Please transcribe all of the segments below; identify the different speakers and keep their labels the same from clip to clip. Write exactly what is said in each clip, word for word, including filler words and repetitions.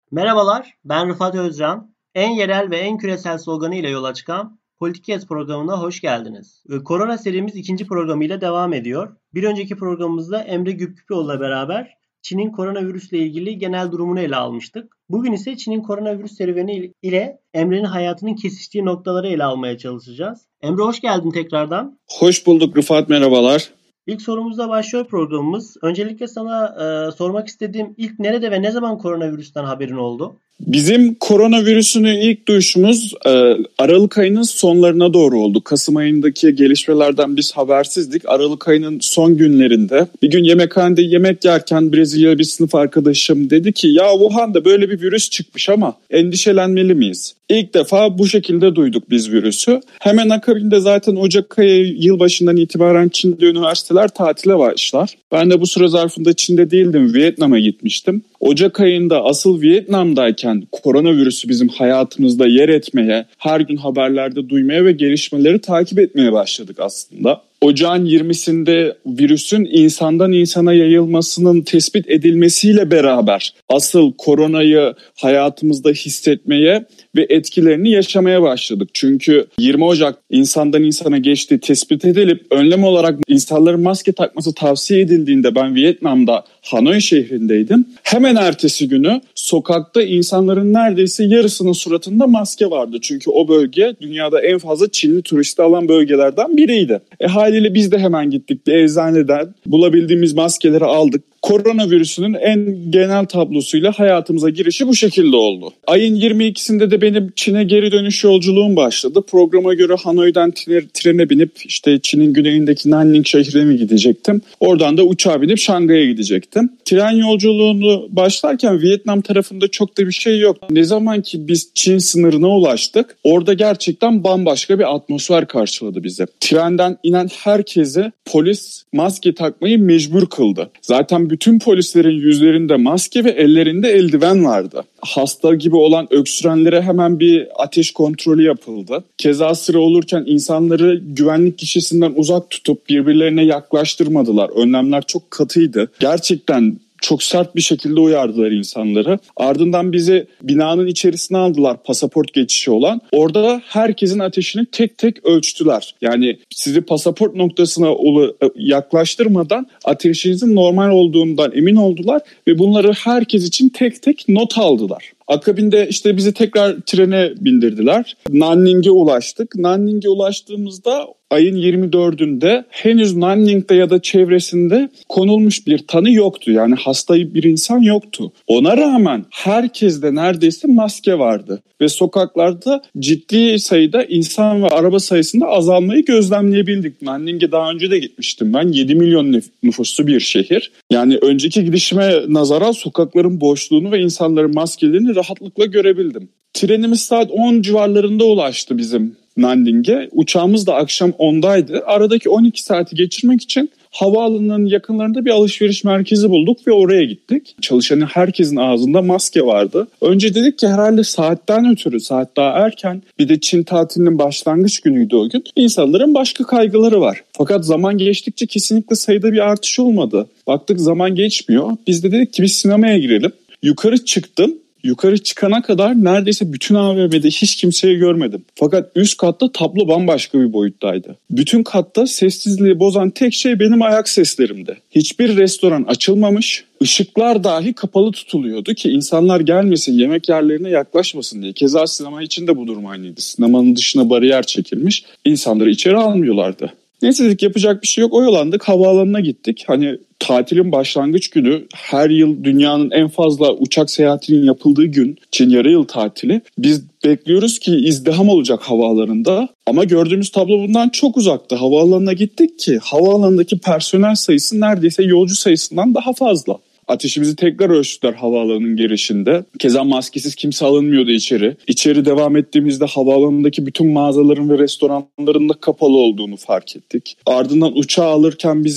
Speaker 1: Merhabalar, ben Rıfat Özcan. En yerel ve en küresel sloganı ile yola çıkan Politikez programına hoş geldiniz. Ee, Korona serimiz ikinci programıyla devam ediyor. Bir önceki programımızda Emre Güpküpoğlu'la beraber Çin'in koronavirüsle ilgili genel durumunu ele almıştık. Bugün ise Çin'in koronavirüs serüveni ile Emre'nin hayatının kesiştiği noktaları ele almaya çalışacağız. Emre hoş geldin tekrardan.
Speaker 2: Hoş bulduk Rıfat, merhabalar.
Speaker 1: İlk sorumuzla başlıyor programımız. Öncelikle sana e, sormak istediğim ilk nerede ve ne zaman koronavirüsten haberin oldu?
Speaker 2: Bizim koronavirüsünü ilk duyuşumuz e, Aralık ayının sonlarına doğru oldu. Kasım ayındaki gelişmelerden biz habersizdik. Aralık ayının son günlerinde bir gün yemekhanede yemek yerken Brezilyalı bir sınıf arkadaşım dedi ki ya Wuhan'da böyle bir virüs çıkmış ama endişelenmeli miyiz? İlk defa bu şekilde duyduk biz virüsü. Hemen akabinde zaten Ocak ayı yılbaşından itibaren Çin'de üniversiteler tatile başlar. Ben de bu süre zarfında Çin'de değildim, Vietnam'a gitmiştim. Ocak ayında asıl Vietnam'dayken koronavirüsü bizim hayatımızda yer etmeye, her gün haberlerde duymaya ve gelişmeleri takip etmeye başladık aslında. Ocağın yirmisinde virüsün insandan insana yayılmasının tespit edilmesiyle beraber asıl koronayı hayatımızda hissetmeye ve etkilerini yaşamaya başladık. Çünkü yirmi Ocak insandan insana geçtiği tespit edilip önlem olarak insanların maske takması tavsiye edildiğinde ben Vietnam'da Hanoi şehrindeydim. Hemen ertesi günü sokakta insanların neredeyse yarısının suratında maske vardı. Çünkü o bölge dünyada en fazla Çinli turisti alan bölgelerden biriydi. E haliyle biz de hemen gittik bir eczaneden bulabildiğimiz maskeleri aldık. Koronavirüsünün en genel tablosuyla hayatımıza girişi bu şekilde oldu. Ayın yirmi ikisinde de benim Çin'e geri dönüş yolculuğum başladı. Programa göre Hanoi'den trene binip işte Çin'in güneyindeki Nanning şehrine mi gidecektim. Oradan da uçağa binip Şangay'a gidecektim. Tren yolculuğunu başlarken Vietnam tarafında çok da bir şey yok. Ne zaman ki biz Çin sınırına ulaştık, orada gerçekten bambaşka bir atmosfer karşıladı bizi. Trenden inen herkese polis maske takmayı mecbur kıldı. Zaten bütün polislerin yüzlerinde maske ve ellerinde eldiven vardı. Hasta gibi olan öksürenlere hemen bir ateş kontrolü yapıldı. Keza sıra olurken insanları güvenlik gişesinden uzak tutup birbirlerine yaklaştırmadılar. Önlemler çok katıydı. Gerçekten çok sert bir şekilde uyardılar insanları. Ardından bizi binanın içerisine aldılar, pasaport geçişi olan. Orada herkesin ateşini tek tek ölçtüler. Yani sizi pasaport noktasına yaklaştırmadan ateşinizin normal olduğundan emin oldular ve bunları herkes için tek tek not aldılar. Akabinde işte bizi tekrar trene bindirdiler. Nanning'e ulaştık. Nanning'e ulaştığımızda ayın yirmi dördünde henüz Nanning'de ya da çevresinde konulmuş bir tanı yoktu. Yani hasta bir insan yoktu. Ona rağmen herkeste neredeyse maske vardı. Ve sokaklarda ciddi sayıda insan ve araba sayısında azalmayı gözlemleyebildik. Nanning'e daha önce de gitmiştim ben. yedi milyon nüfuslu bir şehir. Yani önceki gidişime nazaran sokakların boşluğunu ve insanların maskelerini rahatlıkla görebildim. Trenimiz saat on civarlarında ulaştı bizim Nanning'e. Uçağımız da akşam ondaydı. Aradaki on iki saati geçirmek için havaalanının yakınlarında bir alışveriş merkezi bulduk ve oraya gittik. Çalışan herkesin ağzında maske vardı. Önce dedik ki herhalde saatten ötürü, saat daha erken. Bir de Çin tatilinin başlangıç günüydü o gün. İnsanların başka kaygıları var. Fakat zaman geçtikçe kesinlikle sayıda bir artış olmadı. Baktık zaman geçmiyor. Biz de dedik ki biz sinemaya girelim. Yukarı çıktım. Yukarı çıkana kadar neredeyse bütün A V M'de hiç kimseyi görmedim. Fakat üst katta tablo bambaşka bir boyuttaydı. Bütün katta sessizliği bozan tek şey benim ayak seslerimdi. Hiçbir restoran açılmamış, ışıklar dahi kapalı tutuluyordu ki insanlar gelmesin, yemek yerlerine yaklaşmasın diye. Keza sinema için de bu durum aynıydı. Sinemanın dışına bariyer çekilmiş, insanları içeri almıyorlardı. Neyse dedik yapacak bir şey yok, oyalandık, havaalanına gittik. Hani tatilin başlangıç günü, her yıl dünyanın en fazla uçak seyahatinin yapıldığı gün, Çin yarı yıl tatili. Biz bekliyoruz ki izdiham olacak havaalanında ama gördüğümüz tablo bundan çok uzaktı. Havaalanına gittik ki havaalanındaki personel sayısı neredeyse yolcu sayısından daha fazla. Ateşimizi tekrar ölçtüler havaalanının girişinde. Keza maskesiz kimse alınmıyordu içeri. İçeri devam ettiğimizde havaalanındaki bütün mağazaların ve restoranların da kapalı olduğunu fark ettik. Ardından uçağı alırken bizi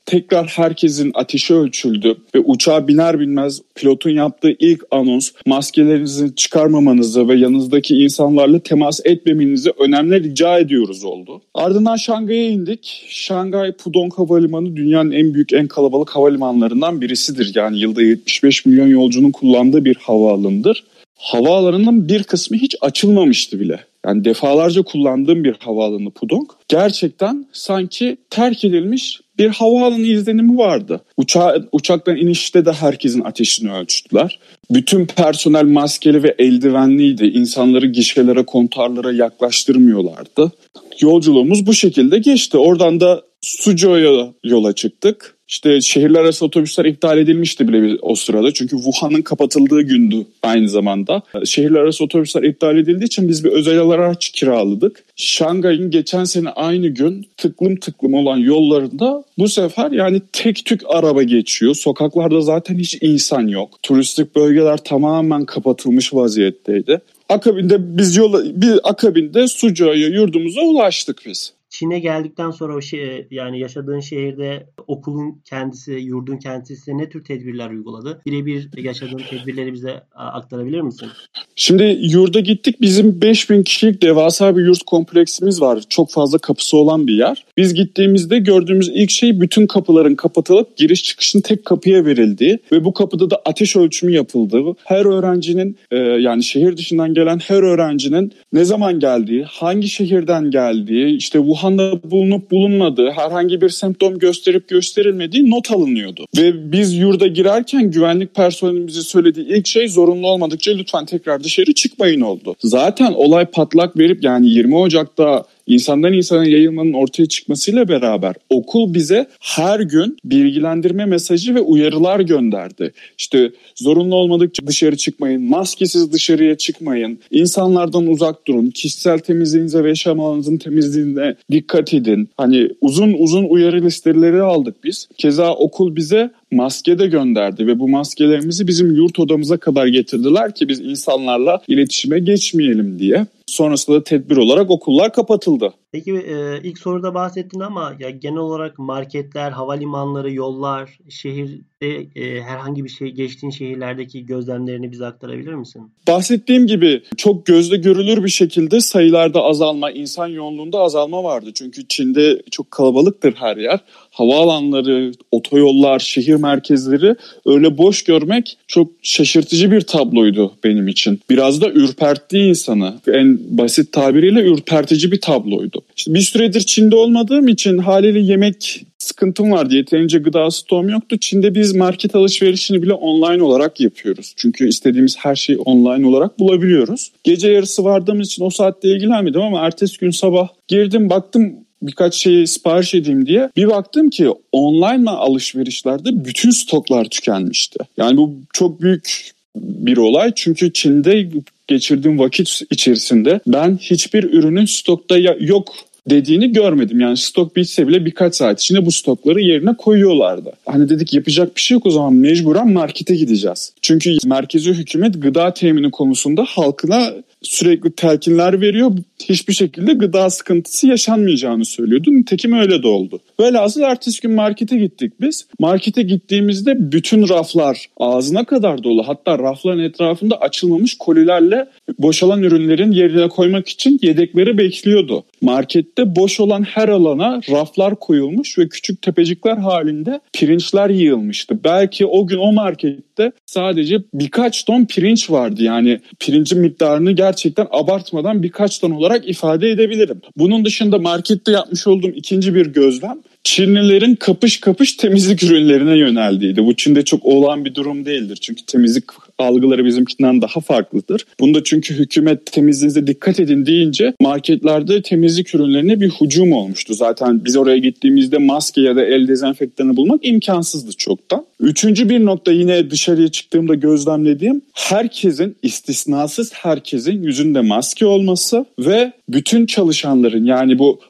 Speaker 2: tekrar herkesin ateşi ölçüldü ve uçağa biner binmez pilotun yaptığı ilk anons maskelerinizi çıkarmamanızı ve yanınızdaki insanlarla temas etmemenizi önemli rica ediyoruz oldu. Ardından Şangay'a indik. Şangay Pudong Havalimanı dünyanın en büyük, en kalabalık havalimanlarından birisidir. Yani yılda yetmiş beş milyon yolcunun kullandığı bir havaalanıdır. Havaalanının bir kısmı hiç açılmamıştı bile. Yani defalarca kullandığım bir havaalanı Pudong. Gerçekten sanki terk edilmiş bir havaalanı izlenimi vardı. Uça uçaktan inişte de herkesin ateşini ölçtüler. Bütün personel maskeli ve eldivenliydi. İnsanları gişelere, kontarlara yaklaştırmıyorlardı. Yolculuğumuz bu şekilde geçti. Oradan da Suzhou'ya yola çıktık. İşte şehirler arası otobüsler iptal edilmişti bile o sırada. Çünkü Wuhan'ın kapatıldığı gündü aynı zamanda. Şehirler arası otobüsler iptal edildiği için biz bir özel araç kiraladık. Şangay'ın geçen sene aynı gün tıklım tıklım olan yollarında bu sefer yani tek tük araba geçiyor. Sokaklarda zaten hiç insan yok. Turistik bölgeler tamamen kapatılmış vaziyetteydi. Akabinde biz yola bir akabinde Suzhou'ya, yurdumuza ulaştık biz.
Speaker 1: Çin'e geldikten sonra o şey, yani yaşadığın şehirde okulun kendisi, yurdun kendisi ne tür tedbirler uyguladı? Birebir yaşadığın tedbirleri bize aktarabilir misin?
Speaker 2: Şimdi yurda gittik. Bizim beş bin kişilik devasa bir yurt kompleksimiz var. Çok fazla kapısı olan bir yer. Biz gittiğimizde gördüğümüz ilk şey bütün kapıların kapatılıp giriş çıkışın tek kapıya verildiği ve bu kapıda da ateş ölçümü yapıldığı, her öğrencinin e, yani şehir dışından gelen her öğrencinin ne zaman geldiği, hangi şehirden geldiği, işte Wuhan'da bulunup bulunmadığı, herhangi bir semptom gösterip gösterilmediği not alınıyordu. Ve biz yurda girerken güvenlik personelinin bize söylediği ilk şey zorunlu olmadıkça lütfen tekrar dışarı çıkmayın oldu. Zaten olay patlak verip yani yirmi Ocak'ta insandan insana yayılmanın ortaya çıkmasıyla beraber okul bize her gün bilgilendirme mesajı ve uyarılar gönderdi. İşte zorunlu olmadıkça dışarı çıkmayın, maskesiz dışarıya çıkmayın, insanlardan uzak durun, kişisel temizliğinize ve yaşam alanınızın temizliğine dikkat edin. Hani uzun uzun uyarı listeleri aldık biz. Keza okul bize maske de gönderdi ve bu maskelerimizi bizim yurt odamıza kadar getirdiler ki biz insanlarla iletişime geçmeyelim diye. Sonrasında da tedbir olarak okullar kapatıldı.
Speaker 1: Peki e, ilk soruda bahsettin ama ya genel olarak marketler, havalimanları, yollar, şehirde e, herhangi bir şey geçtiğin şehirlerdeki gözlemlerini bize aktarabilir misin?
Speaker 2: Bahsettiğim gibi çok gözle görülür bir şekilde sayılarda azalma, insan yoğunluğunda azalma vardı. Çünkü Çin'de çok kalabalıktır her yer. Havaalanları, otoyollar, şehir merkezleri öyle boş görmek çok şaşırtıcı bir tabloydu benim için. Biraz da ürpertti insanı. En basit tabiriyle ürpertici bir tabloydu. İşte bir süredir Çin'de olmadığım için haliyle yemek sıkıntım vardı. Yeterince gıda stoğum yoktu. Çin'de biz market alışverişini bile online olarak yapıyoruz. Çünkü istediğimiz her şeyi online olarak bulabiliyoruz. Gece yarısı vardığımız için o saatte ilgilenmedim ama ertesi gün sabah girdim baktım birkaç şeyi sipariş edeyim diye. Bir baktım ki online alışverişlerde bütün stoklar tükenmişti. Yani bu çok büyük bir olay. Çünkü Çin'de geçirdiğim vakit içerisinde ben hiçbir ürünün stokta yok dediğini görmedim. Yani stok bitse bile birkaç saat içinde bu stokları yerine koyuyorlardı. Hani dedik yapacak bir şey yok, o zaman mecburen markete gideceğiz. Çünkü merkezi hükümet gıda temini konusunda halkına sürekli telkinler veriyor. Hiçbir şekilde gıda sıkıntısı yaşanmayacağını söylüyordu. Nitekim öyle de oldu. Velhasıl ertesi gün markete gittik biz. Markete gittiğimizde bütün raflar ağzına kadar dolu. Hatta rafların etrafında açılmamış kolilerle boşalan ürünlerin yerine koymak için yedekleri bekliyordu. Markette boş olan her alana raflar koyulmuş ve küçük tepecikler halinde pirinçler yığılmıştı. Belki o gün o markette sadece birkaç ton pirinç vardı. Yani pirincin miktarını gerçekten abartmadan birkaç ton olarak ifade edebilirim. Bunun dışında markette yapmış olduğum ikinci bir gözlem Çinlilerin kapış kapış temizlik ürünlerine yöneldiğiydi. Bu Çin'de çok olağan bir durum değildir. Çünkü temizlik algıları bizimkinden daha farklıdır. Bunda çünkü hükümet temizliğinize dikkat edin deyince marketlerde temizlik ürünlerine bir hücum olmuştu. Zaten biz oraya gittiğimizde maske ya da el dezenfektanı bulmak imkansızdı çoktan. Üçüncü bir nokta yine dışarıya çıktığımda gözlemlediğim herkesin, istisnasız herkesin yüzünde maske olması ve bütün çalışanların, yani bu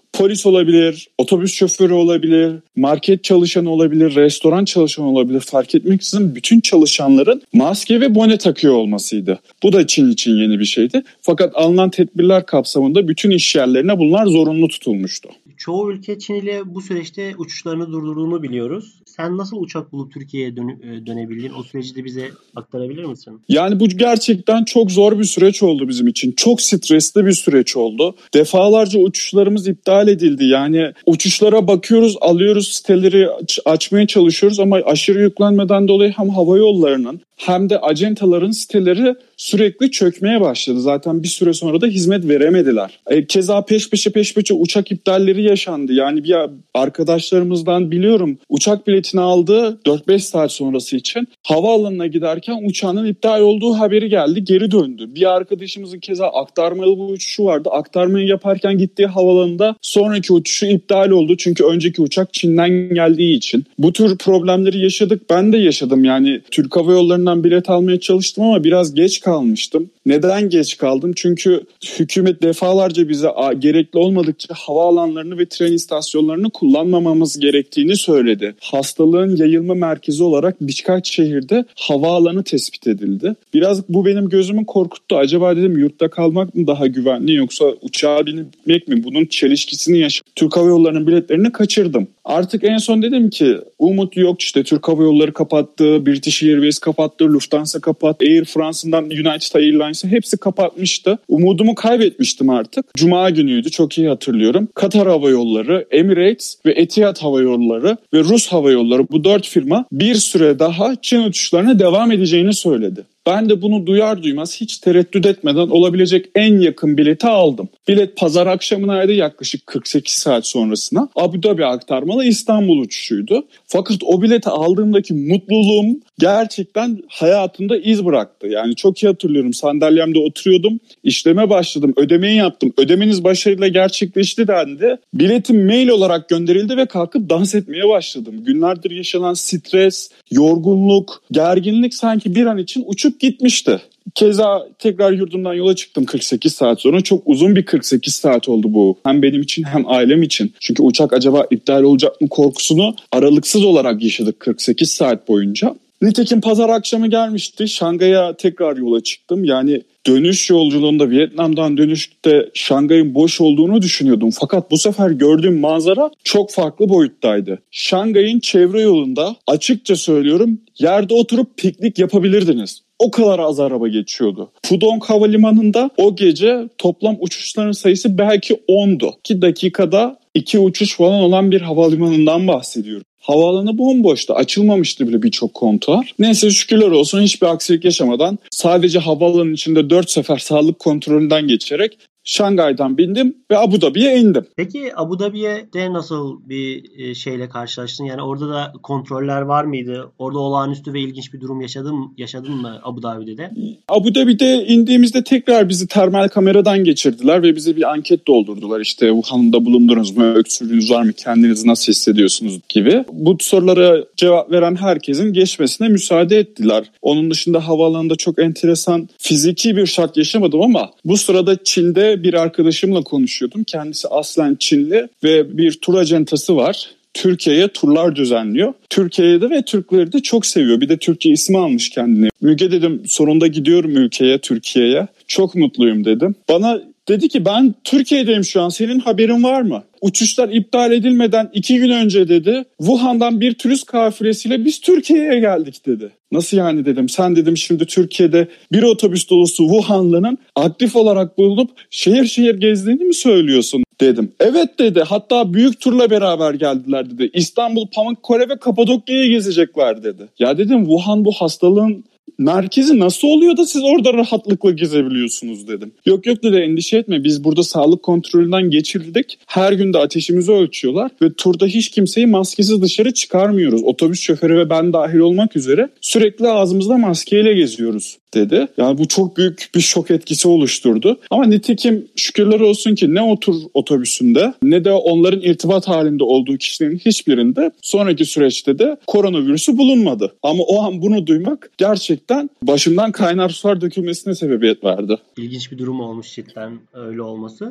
Speaker 2: Polis olabilir, otobüs şoförü olabilir, market çalışanı olabilir, restoran çalışanı olabilir. Fark etmeksizin bütün çalışanların maske ve bone takıyor olmasıydı. Bu da Çin için yeni bir şeydi. Fakat alınan tedbirler kapsamında bütün iş yerlerine bunlar zorunlu tutulmuştu.
Speaker 1: Çoğu ülke Çin ile bu süreçte uçuşlarını durdurduğunu biliyoruz. Sen nasıl uçak bulup Türkiye'ye dön- dönebildin? O süreci de bize aktarabilir misin?
Speaker 2: Yani bu gerçekten çok zor bir süreç oldu bizim için. Çok stresli bir süreç oldu. Defalarca uçuşlarımız iptal edildi. Yani uçuşlara bakıyoruz, alıyoruz, siteleri aç- açmaya çalışıyoruz ama aşırı yüklenmeden dolayı hem hava yollarının hem de acentaların siteleri sürekli çökmeye başladı. Zaten bir süre sonra da hizmet veremediler. E, keza peş peşe peş peşe uçak iptalleri yaşandı. Yani bir arkadaşlarımızdan biliyorum uçak biletini aldı dört beş saat sonrası için. Havaalanına giderken uçağının iptal olduğu haberi geldi, geri döndü. Bir arkadaşımızın keza aktarmalı bir uçuşu vardı. Aktarmayı yaparken gittiği havaalanında sonraki uçuşu iptal oldu. Çünkü önceki uçak Çin'den geldiği için. Bu tür problemleri yaşadık. Ben de yaşadım. Yani Türk Hava Yolları'ndan bilet almaya çalıştım ama biraz geç kalmıştım. Neden geç kaldım? Çünkü hükümet defalarca bize gerekli olmadıkça havaalanlarını ve tren istasyonlarını kullanmamamız gerektiğini söyledi. Hastalığın yayılma merkezi olarak birkaç şehirde havaalanı tespit edildi. Biraz bu benim gözümü korkuttu. Acaba dedim yurtta kalmak mı daha güvenli yoksa uçağa binmek mi? Bunun çelişkisini yaşadım. Türk Hava Yolları'nın biletlerini kaçırdım. Artık en son dedim ki umut yok, işte Türk Hava Yolları kapattı, British Airways kapattı, Lufthansa kapattı, Air France'dan United Airlines'ı hepsi kapatmıştı. Umudumu kaybetmiştim artık. Cuma günüydü, çok iyi hatırlıyorum. Katar Hava Yolları, Emirates ve Etihad Hava Yolları ve Rus Hava Yolları, bu dört firma bir süre daha Çin uçuşlarına devam edeceğini söyledi. Ben de bunu duyar duymaz hiç tereddüt etmeden olabilecek en yakın bileti aldım. Bilet pazar akşamınaydı, yaklaşık kırk sekiz saat sonrasına. Abu Dhabi aktarmalı İstanbul uçuşuydu. Fakat o bileti aldığımdaki mutluluğum gerçekten hayatımda iz bıraktı. Yani çok iyi hatırlıyorum, sandalyemde oturuyordum, işleme başladım, ödemeyi yaptım. Ödemeniz başarıyla gerçekleşti dendi. Biletim mail olarak gönderildi ve kalkıp dans etmeye başladım. Günlerdir yaşanan stres, yorgunluk, gerginlik sanki bir an için uçup gitmişti. Keza tekrar yurdumdan yola çıktım kırk sekiz saat sonra. Çok uzun bir kırk sekiz saat oldu bu. Hem benim için hem ailem için. Çünkü uçak acaba iptal olacak mı korkusunu aralıksız olarak yaşadık kırk sekiz saat boyunca. Nitekim pazar akşamı gelmişti. Şangay'a tekrar yola çıktım. Yani dönüş yolculuğunda Vietnam'dan dönüşte Şangay'ın boş olduğunu düşünüyordum. Fakat bu sefer gördüğüm manzara çok farklı boyuttaydı. Şangay'ın çevre yolunda, açıkça söylüyorum, yerde oturup piknik yapabilirdiniz. O kadar az araba geçiyordu. Pudong Havalimanı'nda o gece toplam uçuşların sayısı belki ondu. iki dakikada iki uçuş falan olan bir havalimanından bahsediyorum. Havaalanı bomboştu. Açılmamıştı bile birçok kontuar. Neyse şükürler olsun hiçbir aksilik yaşamadan sadece havaalanının içinde dört sefer sağlık kontrolünden geçerek Şangay'dan bindim ve Abu Dhabi'ye indim.
Speaker 1: Peki Abu Dhabi'de nasıl bir şeyle karşılaştın? Yani orada da kontroller var mıydı? Orada olağanüstü ve ilginç bir durum yaşadın, yaşadın mı Abu Dhabi'de de?
Speaker 2: Abu Dhabi'de indiğimizde tekrar bizi termal kameradan geçirdiler ve bize bir anket doldurdular. İşte Wuhan'da bulundunuz mu, öksürüğünüz var mı, kendinizi nasıl hissediyorsunuz gibi. Bu sorulara cevap veren herkesin geçmesine müsaade ettiler. Onun dışında havaalanında çok enteresan fiziki bir şok yaşamadım ama bu sırada Çin'de bir arkadaşımla konuşuyordum. Kendisi aslen Çinli ve bir tur acentası var. Türkiye'ye turlar düzenliyor. Türkiye'de ve Türkleri de çok seviyor. Bir de Türkçe ismi almış kendine. Müge dedim, sonunda gidiyorum ülkeye, Türkiye'ye. Çok mutluyum dedim. Bana dedi ki ben Türkiye'deyim şu an, senin haberin var mı? Uçuşlar iptal edilmeden iki gün önce dedi Wuhan'dan bir turist kafilesiyle biz Türkiye'ye geldik dedi. Nasıl yani dedim. Sen dedim şimdi Türkiye'de bir otobüs dolusu Wuhanlı'nın aktif olarak bulunup şehir şehir gezdiğini mi söylüyorsun dedim. Evet dedi. Hatta büyük turla beraber geldiler dedi. İstanbul, Pamukkale ve Kapadokya'yı gezecekler dedi. Ya dedim Wuhan bu hastalığın merkezi nasıl oluyor da siz orada rahatlıkla gezebiliyorsunuz dedim. Yok yok dedi, endişe etme, biz burada sağlık kontrolünden geçirdik. Her gün de ateşimizi ölçüyorlar ve turda hiç kimseyi maskesiz dışarı çıkarmıyoruz. Otobüs şoförü ve ben dahil olmak üzere sürekli ağzımızda maskeyle geziyoruz dedi. Yani bu çok büyük bir şok etkisi oluşturdu. Ama nitekim şükürler olsun ki ne o tur otobüsünde ne de onların irtibat halinde olduğu kişilerin hiçbirinde sonraki süreçte de koronavirüsü bulunmadı. Ama o an bunu duymak gerçekten başımdan kaynar sular dökülmesine sebebiyet verdi.
Speaker 1: İlginç bir durum olmuş cidden öyle olması.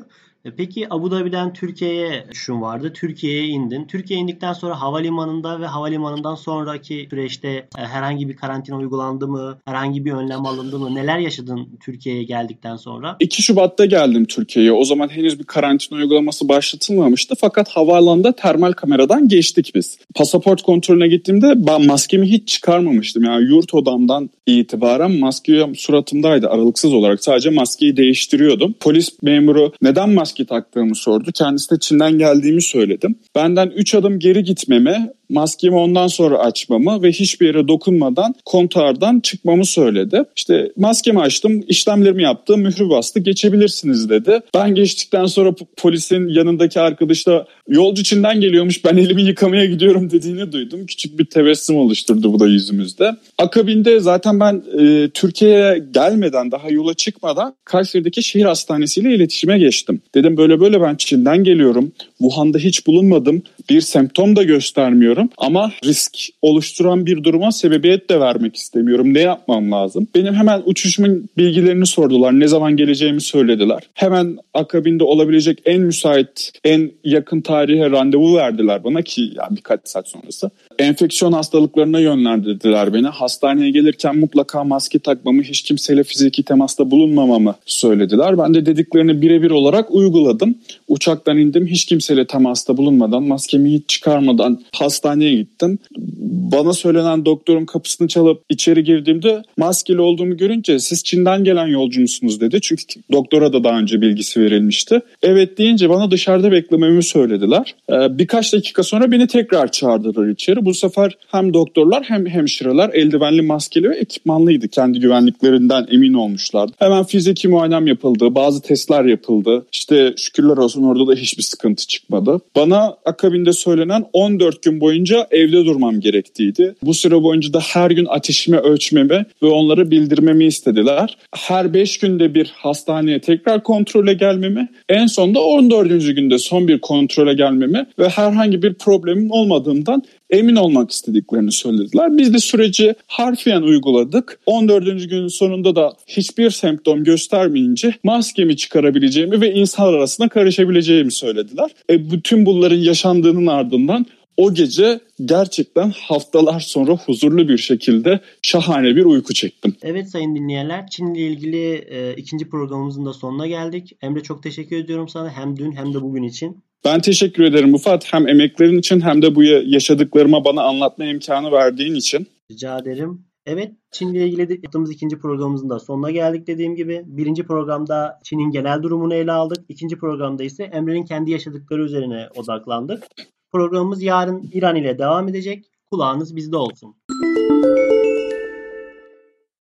Speaker 1: E Peki Abu Dhabi'den Türkiye'ye düşüşün vardı. Türkiye'ye indin. Türkiye'ye indikten sonra havalimanında ve havalimanından sonraki süreçte e, herhangi bir karantina uygulandı mı? Herhangi bir önlem alındı mı? Neler yaşadın Türkiye'ye geldikten sonra?
Speaker 2: iki Şubat'ta geldim Türkiye'ye. O zaman henüz bir karantina uygulaması başlatılmamıştı. Fakat havaalanında termal kameradan geçtik biz. Pasaport kontrolüne gittiğimde ben maskemi hiç çıkarmamıştım. Yani yurt odamdan itibaren maske suratımdaydı aralıksız olarak. Sadece maskeyi değiştiriyordum. Polis memuru neden maske taktığımı sordu. Kendisi de Çin'den geldiğimi söyledim. Benden üç adım geri gitmemi, maskemi ondan sonra açmamı ve hiçbir yere dokunmadan kontardan çıkmamı söyledi. İşte maskemi açtım, işlemlerimi yaptım, mührü bastı, geçebilirsiniz dedi. Ben geçtikten sonra polisin yanındaki arkadaş da yolcu Çin'den geliyormuş, ben elimi yıkamaya gidiyorum dediğini duydum. Küçük bir tebessüm oluşturdu bu da yüzümüzde. Akabinde zaten ben e, Türkiye'ye gelmeden, daha yola çıkmadan Kayseri'deki şehir hastanesiyle iletişime geçtim. Dedim böyle böyle ben Çin'den geliyorum. Wuhan'da hiç bulunmadım. Bir semptom da göstermiyorum. Ama risk oluşturan bir duruma sebebiyet de vermek istemiyorum. Ne yapmam lazım? Benim hemen uçuşumun bilgilerini sordular. Ne zaman geleceğimi söylediler. Hemen akabinde olabilecek en müsait, en yakın tarihe randevu verdiler bana ki yani birkaç saat sonrası. Enfeksiyon hastalıklarına yönlendirdiler beni. Hastaneye gelirken mutlaka maske takmamı, hiç kimseyle fiziki temasta bulunmamamı söylediler. Ben de dediklerini birebir olarak uyguladım. Uçaktan indim, hiç kimseyle temasta bulunmadan, maskemi hiç çıkarmadan hastaneye gittim. Bana söylenen doktorun kapısını çalıp içeri girdiğimde maskeli olduğumu görünce siz Çin'den gelen yolcu musunuz dedi. Çünkü doktora da daha önce bilgisi verilmişti. Evet deyince bana dışarıda beklememi söylediler. Ee, birkaç dakika sonra beni tekrar çağırdılar içeri. Bu sefer hem doktorlar hem hemşireler eldivenli, maskeli ve ekipmanlıydı. Kendi güvenliklerinden emin olmuşlardı. Hemen fiziki muayenem yapıldı. Bazı testler yapıldı. İşte şükürler olsun orada da hiçbir sıkıntı çıkmadı. Bana akabinde söylenen on dört gün boyunca evde durmam gerektiğiydi. Bu süre boyunca da her gün ateşimi ölçmemi ve onlara bildirmemi istediler. Her beş günde bir hastaneye tekrar kontrole gelmemi, en sonunda on dördüncü günde son bir kontrole gelmemi ve herhangi bir problemim olmadığından emin olmak istediklerini söylediler. Biz de süreci harfiyen uyguladık. on dördüncü günün sonunda da hiçbir semptom göstermeyince maskemi çıkarabileceğimi ve insanlar arasında karışabileceğimi söylediler. E, bütün bunların yaşandığının ardından o gece gerçekten haftalar sonra huzurlu bir şekilde şahane bir uyku çektim.
Speaker 1: Evet sayın dinleyenler, Çin ile ilgili e, ikinci programımızın da sonuna geldik. Emre çok teşekkür ediyorum sana hem dün hem de bugün için.
Speaker 2: Ben teşekkür ederim Rufat. Hem emeklerin için hem de bu yaşadıklarıma bana anlatma imkanı verdiğin için.
Speaker 1: Rica ederim. Evet, Çin ile ilgili yaptığımız ikinci programımızın da sonuna geldik dediğim gibi. Birinci programda Çin'in genel durumunu ele aldık. İkinci programda ise Emre'nin kendi yaşadıkları üzerine odaklandık. Programımız yarın İran ile devam edecek. Kulağınız bizde olsun.